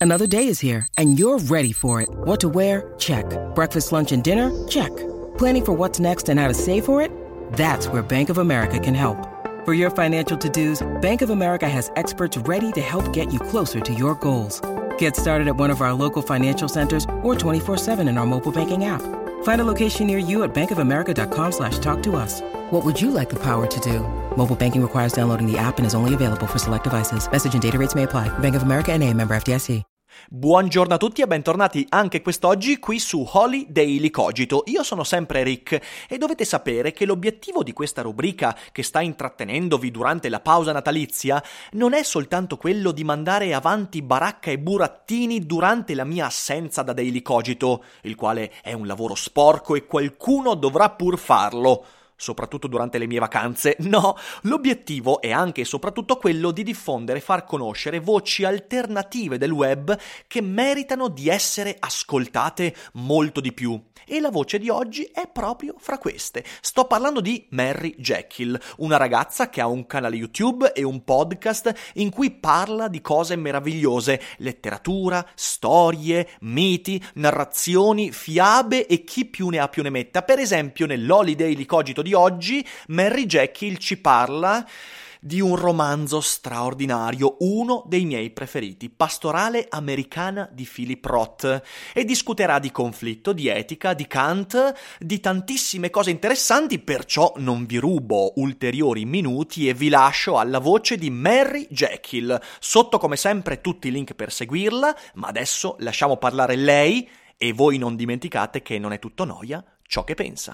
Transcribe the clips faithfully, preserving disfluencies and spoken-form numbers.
Another day is here, and you're ready for it. What to wear? Check. Breakfast, lunch, and dinner? Check. Planning for what's next and how to save for it? That's where Bank of America can help. For your financial to-dos, Bank of America has experts ready to help get you closer to your goals. Get started at one of our local financial centers or twenty-four seven in our mobile banking app. Find a location near you at bankofamerica.com slash talk to us. What would you like the power to do? Mobile banking requires downloading the app and is only available for select devices. Message and data rates may apply. Bank of America N A, member F D I C. Buongiorno a tutti e bentornati anche quest'oggi qui su Holy Daily Cogito. Io sono sempre Rick e dovete sapere che l'obiettivo di questa rubrica che sta intrattenendovi durante la pausa natalizia non è soltanto quello di mandare avanti baracca e burattini durante la mia assenza da Daily Cogito, il quale è un lavoro sporco e qualcuno dovrà pur farlo. Soprattutto durante le mie vacanze. No, l'obiettivo è anche e soprattutto quello di diffondere e far conoscere voci alternative del web che meritano di essere ascoltate molto di più. E la voce di oggi è proprio fra queste. Sto parlando di Mary Jekyll, una ragazza che ha un canale YouTube e un podcast in cui parla di cose meravigliose: letteratura, storie, miti, narrazioni, fiabe e chi più ne ha più ne metta. Per esempio, nell'Holy Daily Cogito di oggi, Mary Jekyll ci parla di un romanzo straordinario, uno dei miei preferiti, Pastorale Americana di Philip Roth, e discuterà di conflitto, di etica, di Kant, di tantissime cose interessanti, perciò non vi rubo ulteriori minuti e vi lascio alla voce di Mary Jekyll. Sotto come sempre tutti i link per seguirla, ma adesso lasciamo parlare lei e voi non dimenticate che non è tutto noia ciò che pensa.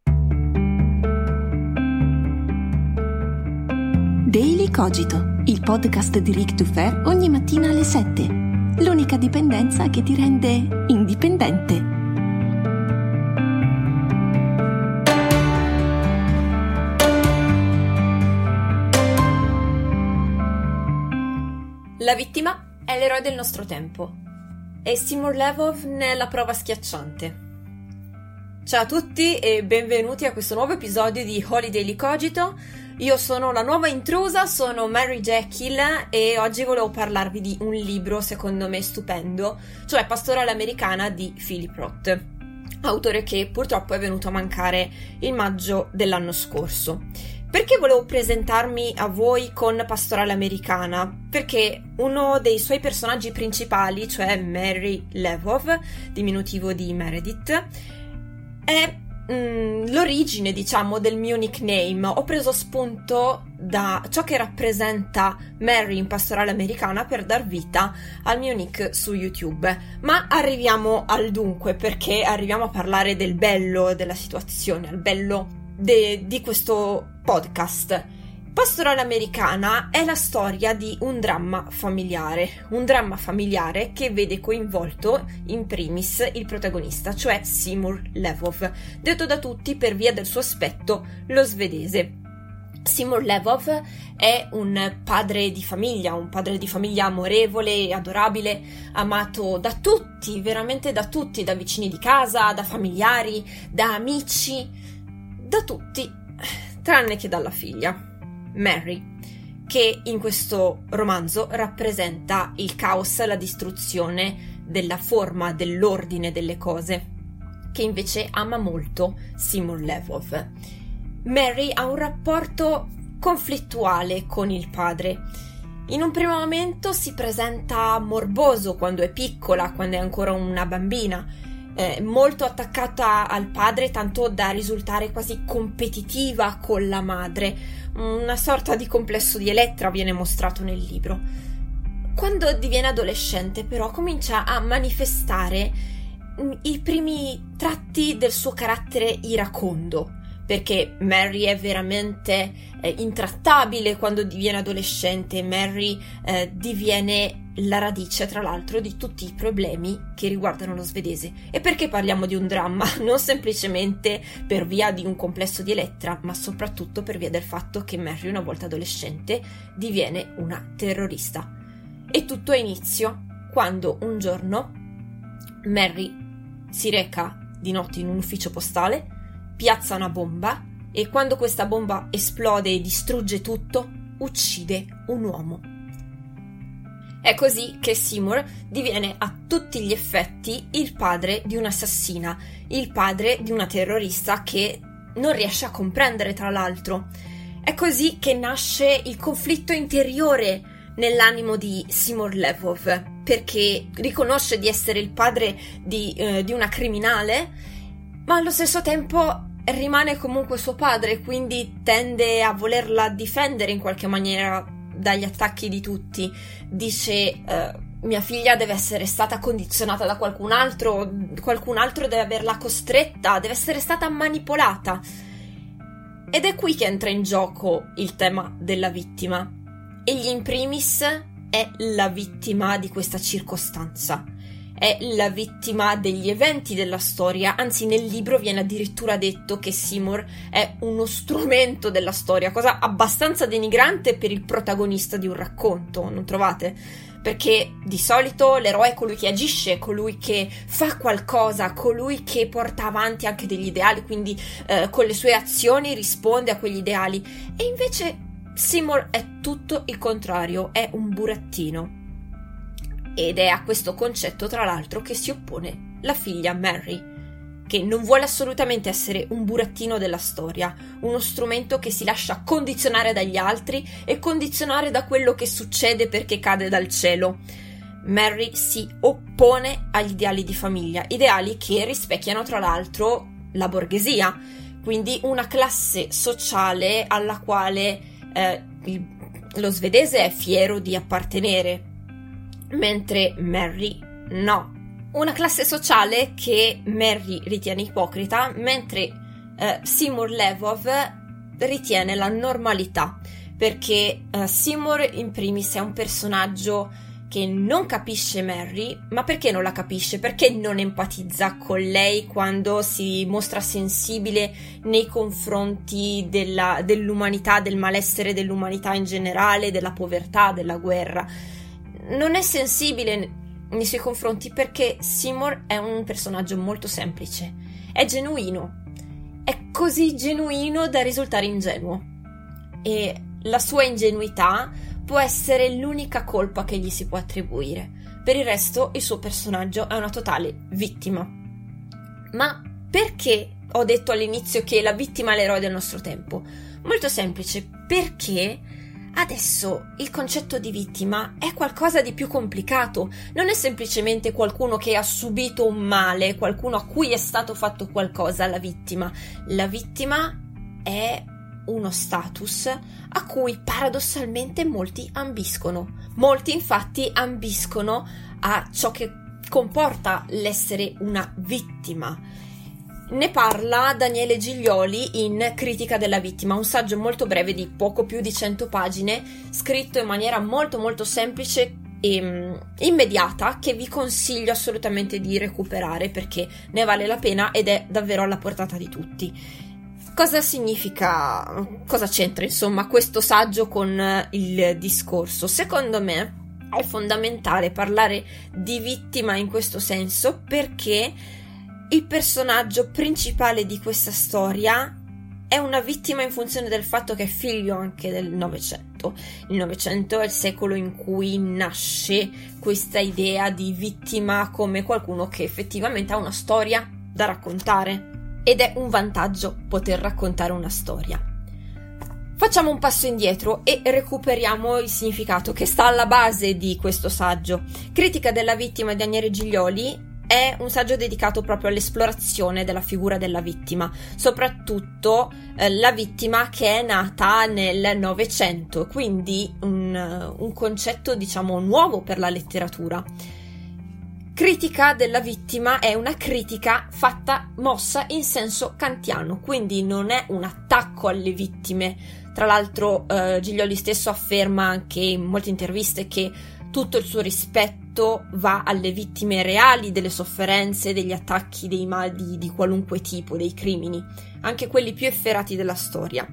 Daily Cogito, il podcast di Rick Dufer ogni mattina alle sette. L'unica dipendenza che ti rende indipendente. La vittima è l'eroe del nostro tempo e Seymour Levov ne è la prova schiacciante. Ciao a tutti e benvenuti a questo nuovo episodio di Holy Daily Cogito. Io sono la nuova intrusa, sono Mary Jekyll e oggi volevo parlarvi di un libro secondo me stupendo, cioè Pastorale Americana di Philip Roth, autore che purtroppo è venuto a mancare il maggio dell'anno scorso. Perché volevo presentarmi a voi con Pastorale Americana? Perché uno dei suoi personaggi principali, cioè Mary Levov, diminutivo di Meredith, è mm, l'origine, diciamo, del mio nickname. Ho preso spunto da ciò che rappresenta Mary in Pastorale Americana per dar vita al mio nick su YouTube. Ma arriviamo al dunque, perché arriviamo a parlare del bello della situazione, al bello de- di questo podcast. Pastorale Americana è la storia di un dramma familiare, un dramma familiare che vede coinvolto in primis il protagonista, cioè Seymour Levov, detto da tutti per via del suo aspetto lo svedese. Seymour Levov è un padre di famiglia, un padre di famiglia amorevole, adorabile, amato da tutti, veramente da tutti, da vicini di casa, da familiari, da amici, da tutti, tranne che dalla figlia, Mary, che in questo romanzo rappresenta il caos, la distruzione della forma, dell'ordine delle cose, che invece ama molto Seymour Levov. Mary ha un rapporto conflittuale con il padre. In un primo momento si presenta morboso quando è piccola, quando è ancora una bambina, eh, molto attaccata al padre, tanto da risultare quasi competitiva con la madre. Una sorta di complesso di Elettra viene mostrato nel libro. Quando diviene adolescente, però, comincia a manifestare i primi tratti del suo carattere iracondo, perché Mary è veramente eh, intrattabile quando diviene adolescente. Mary eh, diviene la radice, tra l'altro, di tutti i problemi che riguardano lo svedese. E perché parliamo di un dramma? Non semplicemente per via di un complesso di Elettra, ma soprattutto per via del fatto che Mary, una volta adolescente, diviene una terrorista. E tutto ha inizio quando un giorno Mary si reca di notte in un ufficio postale, piazza una bomba e quando questa bomba esplode e distrugge tutto, uccide un uomo. È così che Seymour diviene a tutti gli effetti il padre di un'assassina, il padre di una terrorista che non riesce a comprendere, tra l'altro. È così che nasce il conflitto interiore nell'animo di Seymour Levov, perché riconosce di essere il padre di, eh, di una criminale, ma allo stesso tempo rimane comunque suo padre, quindi tende a volerla difendere in qualche maniera dagli attacchi di tutti. Dice eh, mia figlia deve essere stata condizionata da qualcun altro, qualcun altro deve averla costretta, deve essere stata manipolata. Ed è qui che entra in gioco il tema della vittima. Egli in primis è la vittima di questa circostanza, è la vittima degli eventi della storia, anzi nel libro viene addirittura detto che Seymour è uno strumento della storia, cosa abbastanza denigrante per il protagonista di un racconto, non trovate? Perché di solito l'eroe è colui che agisce, colui che fa qualcosa, colui che porta avanti anche degli ideali, quindi eh, con le sue azioni risponde a quegli ideali, e invece Seymour è tutto il contrario, è un burattino. Ed è a questo concetto, tra l'altro, che si oppone la figlia Mary, che non vuole assolutamente essere un burattino della storia, uno strumento che si lascia condizionare dagli altri e condizionare da quello che succede perché cade dal cielo. Mary si oppone agli ideali di famiglia, ideali che rispecchiano, tra l'altro, la borghesia, quindi una classe sociale alla quale eh, il, lo svedese è fiero di appartenere, mentre Mary no. Una classe sociale che Mary ritiene ipocrita, mentre eh, Seymour Levov ritiene la normalità, perché eh, Seymour in primis è un personaggio che non capisce Mary, ma perché non la capisce? Perché non empatizza con lei quando si mostra sensibile nei confronti della, dell'umanità, del malessere dell'umanità in generale, della povertà, della guerra. Non è sensibile nei suoi confronti perché Seymour è un personaggio molto semplice, è genuino, è così genuino da risultare ingenuo, e la sua ingenuità può essere l'unica colpa che gli si può attribuire. Per il resto il suo personaggio è una totale vittima. Ma perché ho detto all'inizio che la vittima è l'eroe del nostro tempo? Molto semplice, perché adesso il concetto di vittima è qualcosa di più complicato, non è semplicemente qualcuno che ha subito un male, qualcuno a cui è stato fatto qualcosa. La vittima, la vittima è uno status a cui paradossalmente molti ambiscono. Molti infatti ambiscono a ciò che comporta l'essere una vittima. Ne parla Daniele Giglioli in Critica della vittima, un saggio molto breve di poco più di cento pagine, scritto in maniera molto molto semplice e um, immediata, che vi consiglio assolutamente di recuperare perché ne vale la pena ed è davvero alla portata di tutti. Cosa significa, cosa c'entra insomma questo saggio con il discorso? Secondo me è fondamentale parlare di vittima in questo senso perché il personaggio principale di questa storia è una vittima in funzione del fatto che è figlio anche del Novecento. Il Novecento è il secolo in cui nasce questa idea di vittima come qualcuno che effettivamente ha una storia da raccontare. Ed è un vantaggio poter raccontare una storia. Facciamo un passo indietro e recuperiamo il significato che sta alla base di questo saggio. Critica della vittima di Daniele Giglioli è un saggio dedicato proprio all'esplorazione della figura della vittima, soprattutto eh, la vittima che è nata nel Novecento, quindi un, un concetto diciamo nuovo per la letteratura. Critica della vittima è una critica fatta, mossa in senso kantiano, quindi non è un attacco alle vittime. Tra l'altro eh, Giglioli stesso afferma anche in molte interviste che tutto il suo rispetto va alle vittime reali delle sofferenze, degli attacchi, dei mali di qualunque tipo, dei crimini, anche quelli più efferati della storia.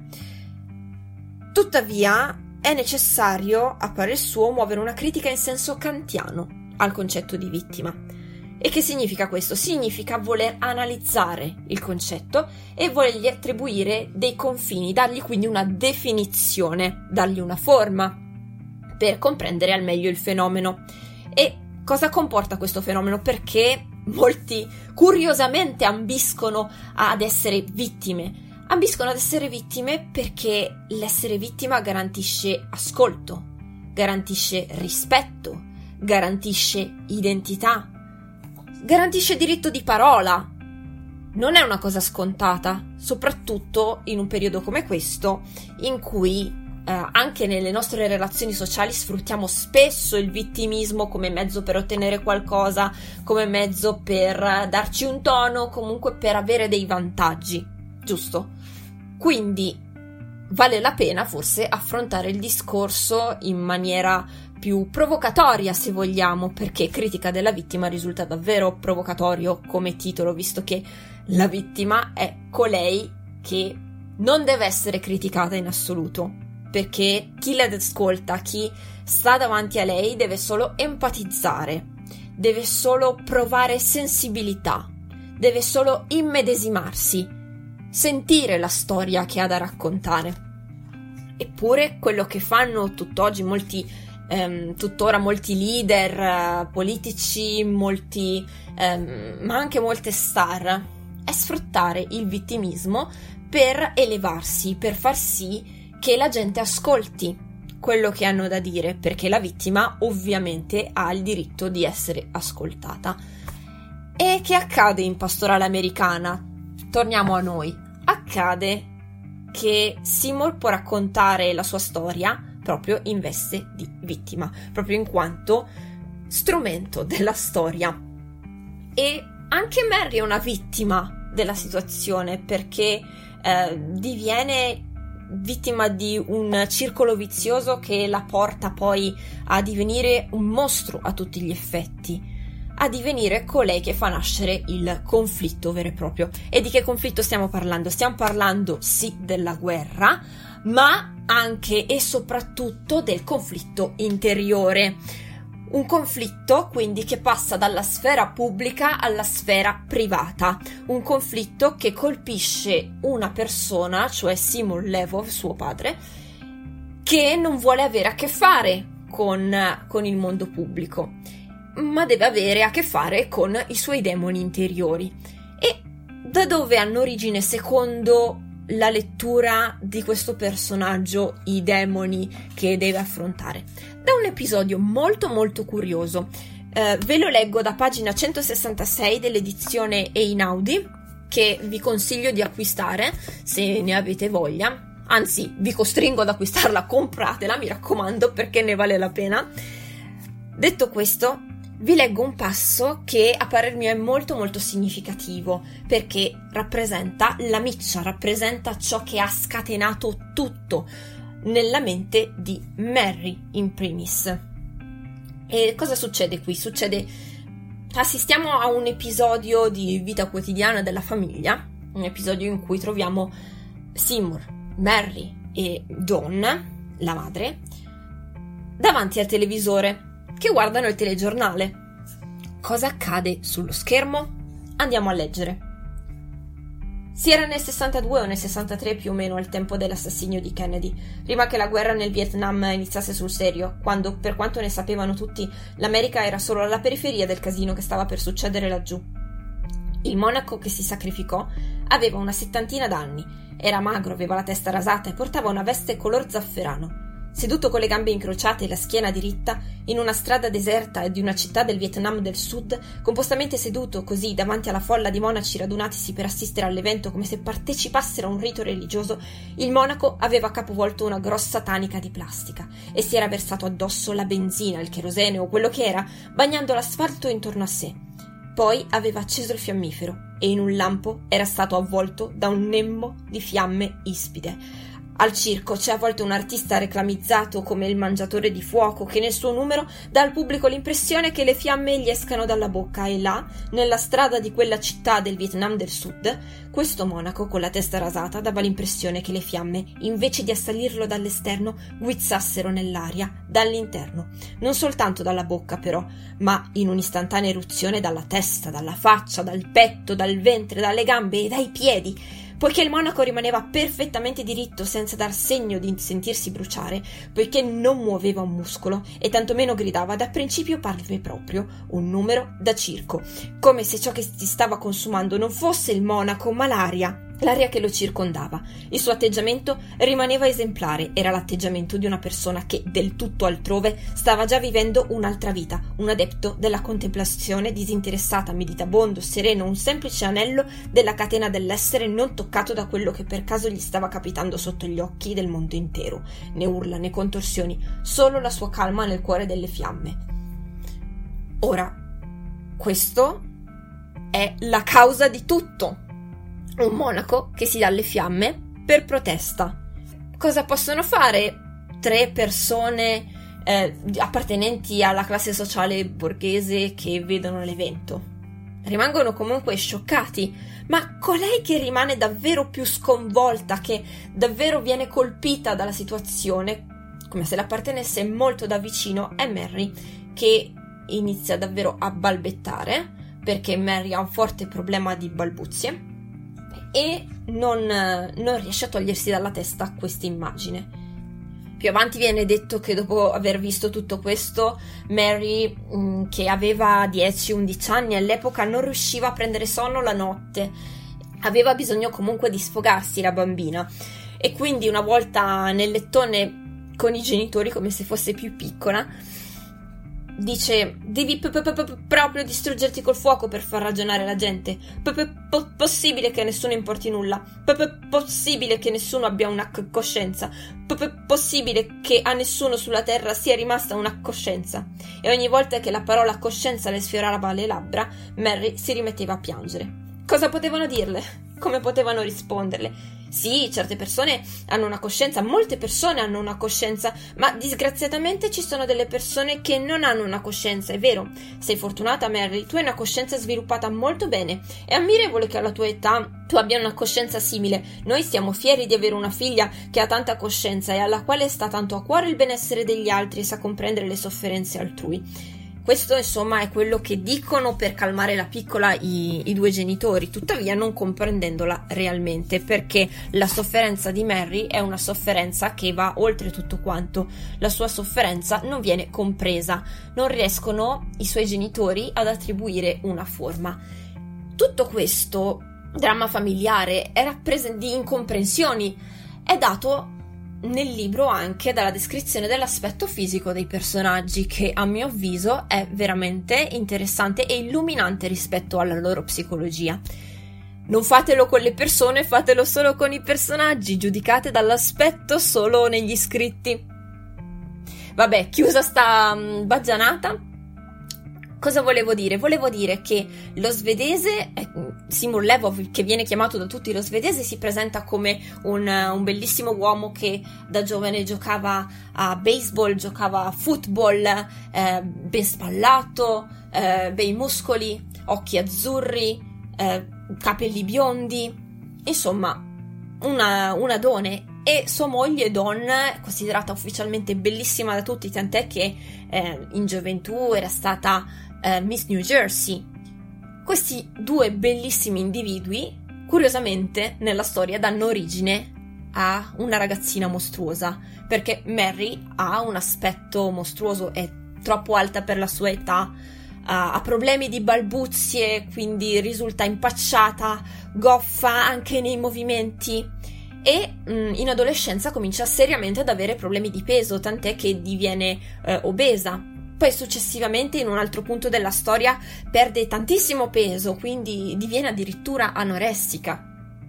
Tuttavia è necessario, a parer suo, muovere una critica in senso kantiano al concetto di vittima. E che significa questo? Significa voler analizzare il concetto e volergli attribuire dei confini, dargli quindi una definizione, dargli una forma. per comprendere al meglio il fenomeno. E cosa comporta questo fenomeno? Perché molti curiosamente ambiscono ad essere vittime. Ambiscono ad essere vittime perché l'essere vittima garantisce ascolto, garantisce rispetto, garantisce identità, garantisce diritto di parola. Non è una cosa scontata, soprattutto in un periodo come questo, in cui eh, anche nelle nostre relazioni sociali sfruttiamo spesso il vittimismo come mezzo per ottenere qualcosa, come mezzo per darci un tono, comunque per avere dei vantaggi, giusto? Quindi vale la pena forse affrontare il discorso in maniera più provocatoria, se vogliamo, perché critica della vittima risulta davvero provocatorio come titolo, visto che la vittima è colei che non deve essere criticata in assoluto, perché chi la ascolta, chi sta davanti a lei deve solo empatizzare, deve solo provare sensibilità, deve solo immedesimarsi, sentire la storia che ha da raccontare. Eppure quello che fanno tutt'oggi molti, ehm, tuttora molti leader eh, politici, molti, ehm, ma anche molte star, è sfruttare il vittimismo per elevarsi, per far sì che la gente ascolti quello che hanno da dire, perché la vittima ovviamente ha il diritto di essere ascoltata. E che accade in Pastorale Americana? Torniamo a noi. Accade che Seymour può raccontare la sua storia proprio in veste di vittima, proprio in quanto strumento della storia. E anche Mary è una vittima della situazione, perché eh, diviene vittima di un circolo vizioso che la porta poi a divenire un mostro a tutti gli effetti, a divenire colei che fa nascere il conflitto vero e proprio. E di che conflitto stiamo parlando? Stiamo parlando sì della guerra, ma anche e soprattutto del conflitto interiore. Un conflitto quindi che passa dalla sfera pubblica alla sfera privata, un conflitto che colpisce una persona, cioè Seymour Levov, suo padre, che non vuole avere a che fare con, con il mondo pubblico, ma deve avere a che fare con i suoi demoni interiori. E da dove hanno origine, secondo la lettura di questo personaggio, i demoni che deve affrontare? Da un episodio molto molto curioso. Eh, ve lo leggo da pagina centosessantasei dell'edizione Einaudi, che vi consiglio di acquistare se ne avete voglia. Anzi, vi costringo ad acquistarla, compratela, mi raccomando, perché ne vale la pena. Detto questo, vi leggo un passo che a parer mio è molto molto significativo, perché rappresenta la miccia, rappresenta ciò che ha scatenato tutto nella mente di Mary in primis. E cosa succede qui? Succede, assistiamo a un episodio di vita quotidiana della famiglia, un episodio in cui troviamo Seymour, Mary e Dawn, la madre, davanti al televisore, che guardano il telegiornale. Cosa accade sullo schermo? Andiamo a leggere. Si era nel sessantadue o nel sessantatré più o meno al tempo dell'assassinio di Kennedy, prima che la guerra nel Vietnam iniziasse sul serio, quando, per quanto ne sapevano tutti, l'America era solo alla periferia del casino che stava per succedere laggiù. Il monaco che si sacrificò aveva una settantina d'anni, era magro, aveva la testa rasata e portava una veste color zafferano. Seduto con le gambe incrociate e la schiena diritta, in una strada deserta di una città del Vietnam del Sud, compostamente seduto così davanti alla folla di monaci radunatisi per assistere all'evento come se partecipassero a un rito religioso, il monaco aveva capovolto una grossa tanica di plastica e si era versato addosso la benzina, il cherosene o quello che era, bagnando l'asfalto intorno a sé. Poi aveva acceso il fiammifero e in un lampo era stato avvolto da un nembo di fiamme ispide. Al circo c'è a volte un artista reclamizzato come il mangiatore di fuoco che nel suo numero dà al pubblico l'impressione che le fiamme gli escano dalla bocca, e là, nella strada di quella città del Vietnam del Sud, questo monaco con la testa rasata dava l'impressione che le fiamme, invece di assalirlo dall'esterno, guizzassero nell'aria dall'interno, non soltanto dalla bocca però, ma in un'istantanea eruzione dalla testa, dalla faccia, dal petto, dal ventre, dalle gambe e dai piedi. Poiché il monaco rimaneva perfettamente diritto senza dar segno di sentirsi bruciare, poiché non muoveva un muscolo e tantomeno gridava, da principio parve proprio un numero da circo, come se ciò che si stava consumando non fosse il monaco ma l'aria, l'aria che lo circondava. Il suo atteggiamento rimaneva esemplare, era l'atteggiamento di una persona che, del tutto altrove, stava già vivendo un'altra vita, un adepto della contemplazione disinteressata, meditabondo, sereno, un semplice anello della catena dell'essere non toccato da quello che per caso gli stava capitando sotto gli occhi del mondo intero. Né urla né contorsioni, solo la sua calma nel cuore delle fiamme. Ora, questo è la causa di tutto. Un monaco che si dà alle fiamme per protesta. Cosa possono fare tre persone eh, appartenenti alla classe sociale borghese che vedono l'evento? Rimangono comunque scioccati, ma colei che rimane davvero più sconvolta, che davvero viene colpita dalla situazione, come se l'appartenesse molto da vicino, è Mary, che inizia davvero a balbettare, perché Mary ha un forte problema di balbuzie e non, non riesce a togliersi dalla testa questa immagine. Più avanti viene detto che dopo aver visto tutto questo, Mary, mh, che aveva dieci undici anni all'epoca, non riusciva a prendere sonno la notte. Aveva bisogno comunque di sfogarsi, la bambina, e quindi una volta nel lettone con i genitori, come se fosse più piccola, dice: devi p- p- p- proprio distruggerti col fuoco per far ragionare la gente. P- p- possibile che a nessuno importi nulla. P- possibile che nessuno abbia una c- coscienza. P- possibile che a nessuno sulla terra sia rimasta una coscienza. E ogni volta che la parola coscienza le sfiorava le labbra, Mary si rimetteva a piangere. Cosa potevano dirle? Come potevano risponderle? Sì, certe persone hanno una coscienza, molte persone hanno una coscienza, ma disgraziatamente ci sono delle persone che non hanno una coscienza, è vero. Sei fortunata, Mary, tu hai una coscienza sviluppata molto bene. È ammirevole che alla tua età tu abbia una coscienza simile. Noi siamo fieri di avere una figlia che ha tanta coscienza e alla quale sta tanto a cuore il benessere degli altri e sa comprendere le sofferenze altrui. Questo, insomma, è quello che dicono per calmare la piccola i, i due genitori, tuttavia non comprendendola realmente, perché la sofferenza di Mary è una sofferenza che va oltre tutto quanto. La sua sofferenza non viene compresa, non riescono i suoi genitori ad attribuire una forma. Tutto questo dramma familiare è rappresentato di incomprensioni, è dato nel libro anche dalla descrizione dell'aspetto fisico dei personaggi, che a mio avviso è veramente interessante e illuminante rispetto alla loro psicologia. Non fatelo con le persone, fatelo solo con i personaggi, giudicate dall'aspetto solo negli scritti. Vabbè, chiusa sta um, baggianata. Cosa volevo dire? Volevo dire che lo svedese, eh, Simon Levov, che viene chiamato da tutti lo svedese, si presenta come un, un bellissimo uomo che da giovane giocava a baseball, giocava a football, eh, ben spallato, eh, bei muscoli, occhi azzurri, eh, capelli biondi, insomma una, un adone. E sua moglie Dawn, considerata ufficialmente bellissima da tutti, tant'è che eh, in gioventù era stata eh, Miss New Jersey. Questi due bellissimi individui, curiosamente, nella storia danno origine a una ragazzina mostruosa, perché Mary ha un aspetto mostruoso, è troppo alta per la sua età, ha problemi di balbuzie, quindi risulta impacciata, goffa anche nei movimenti. E mh, in adolescenza comincia seriamente ad avere problemi di peso, tant'è che diviene eh, obesa. Poi successivamente, in un altro punto della storia, perde tantissimo peso, quindi diviene addirittura anoressica.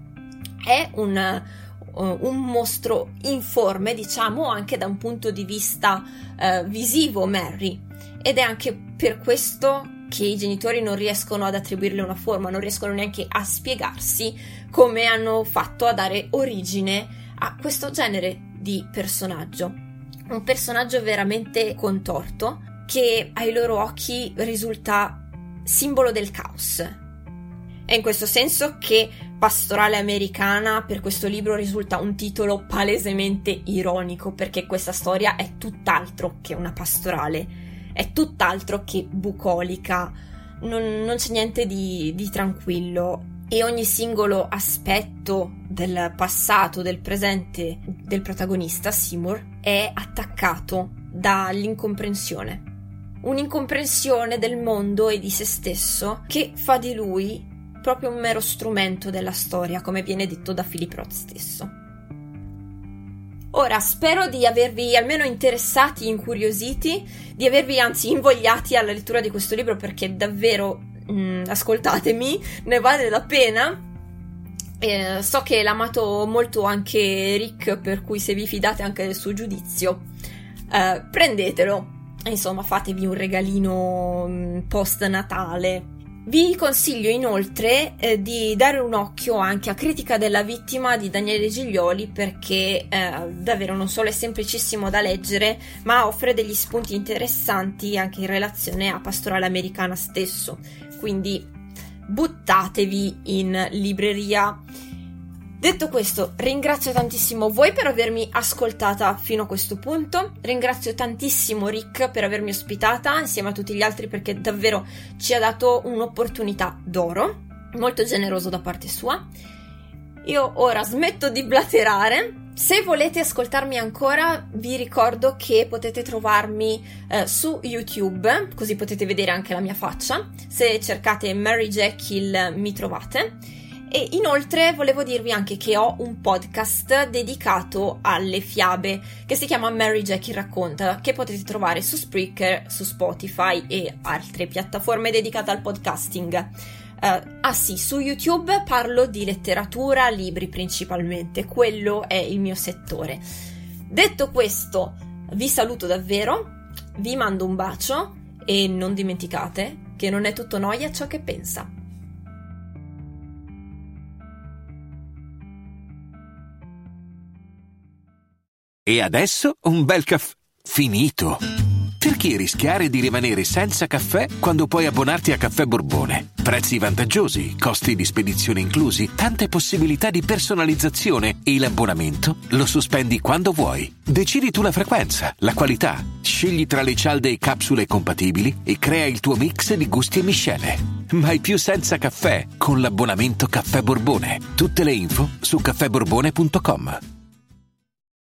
È un, uh, un mostro informe, diciamo, anche da un punto di vista uh, visivo, Mary. Ed è anche per questo che i genitori non riescono ad attribuirle una forma, non riescono neanche a spiegarsi come hanno fatto a dare origine a questo genere di personaggio. Un personaggio veramente contorto, che ai loro occhi risulta simbolo del caos. È in questo senso che Pastorale americana per questo libro risulta un titolo palesemente ironico, perché questa storia è tutt'altro che una pastorale. È tutt'altro che bucolica, non, non c'è niente di, di tranquillo, e ogni singolo aspetto del passato, del presente del protagonista, Seymour, è attaccato dall'incomprensione. Un'incomprensione del mondo e di se stesso che fa di lui proprio un mero strumento della storia, come viene detto da Philip Roth stesso. Ora, spero di avervi almeno interessati, incuriositi, di avervi anzi invogliati alla lettura di questo libro, perché davvero, mh, ascoltatemi, ne vale la pena. Eh, so che l'ha amato molto anche Rick, per cui se vi fidate anche del suo giudizio, eh, prendetelo. Insomma, fatevi un regalino post Natale. Vi consiglio inoltre eh, di dare un occhio anche a Critica della vittima di Daniele Giglioli, perché eh, davvero non solo è semplicissimo da leggere, ma offre degli spunti interessanti anche in relazione a Pastorale Americana stesso. Quindi buttatevi in libreria. Detto questo, ringrazio tantissimo voi per avermi ascoltata fino a questo punto, ringrazio tantissimo Rick per avermi ospitata insieme a tutti gli altri, perché davvero ci ha dato un'opportunità d'oro, molto generoso da parte sua. Io ora smetto di blaterare. Se volete ascoltarmi ancora, vi ricordo che potete trovarmi eh, su YouTube, così potete vedere anche la mia faccia. Se cercate Mary Jekyll mi trovate. E inoltre volevo dirvi anche che ho un podcast dedicato alle fiabe che si chiama Mary Jekyll Racconta, che potete trovare su Spreaker, su Spotify e altre piattaforme dedicate al podcasting. Uh, ah sì, su YouTube parlo di letteratura, libri principalmente, quello è il mio settore. Detto questo, vi saluto davvero, vi mando un bacio e non dimenticate che non è tutto noia ciò che pensa. E adesso un bel caffè finito. Perché rischiare di rimanere senza caffè quando puoi abbonarti a Caffè Borbone? Prezzi vantaggiosi, costi di spedizione inclusi, tante possibilità di personalizzazione e l'abbonamento lo sospendi quando vuoi. Decidi tu la frequenza, la qualità, scegli tra le cialde e capsule compatibili e crea il tuo mix di gusti e miscele. Mai più senza caffè con l'abbonamento Caffè Borbone. Tutte le info su caffè borbone punto com.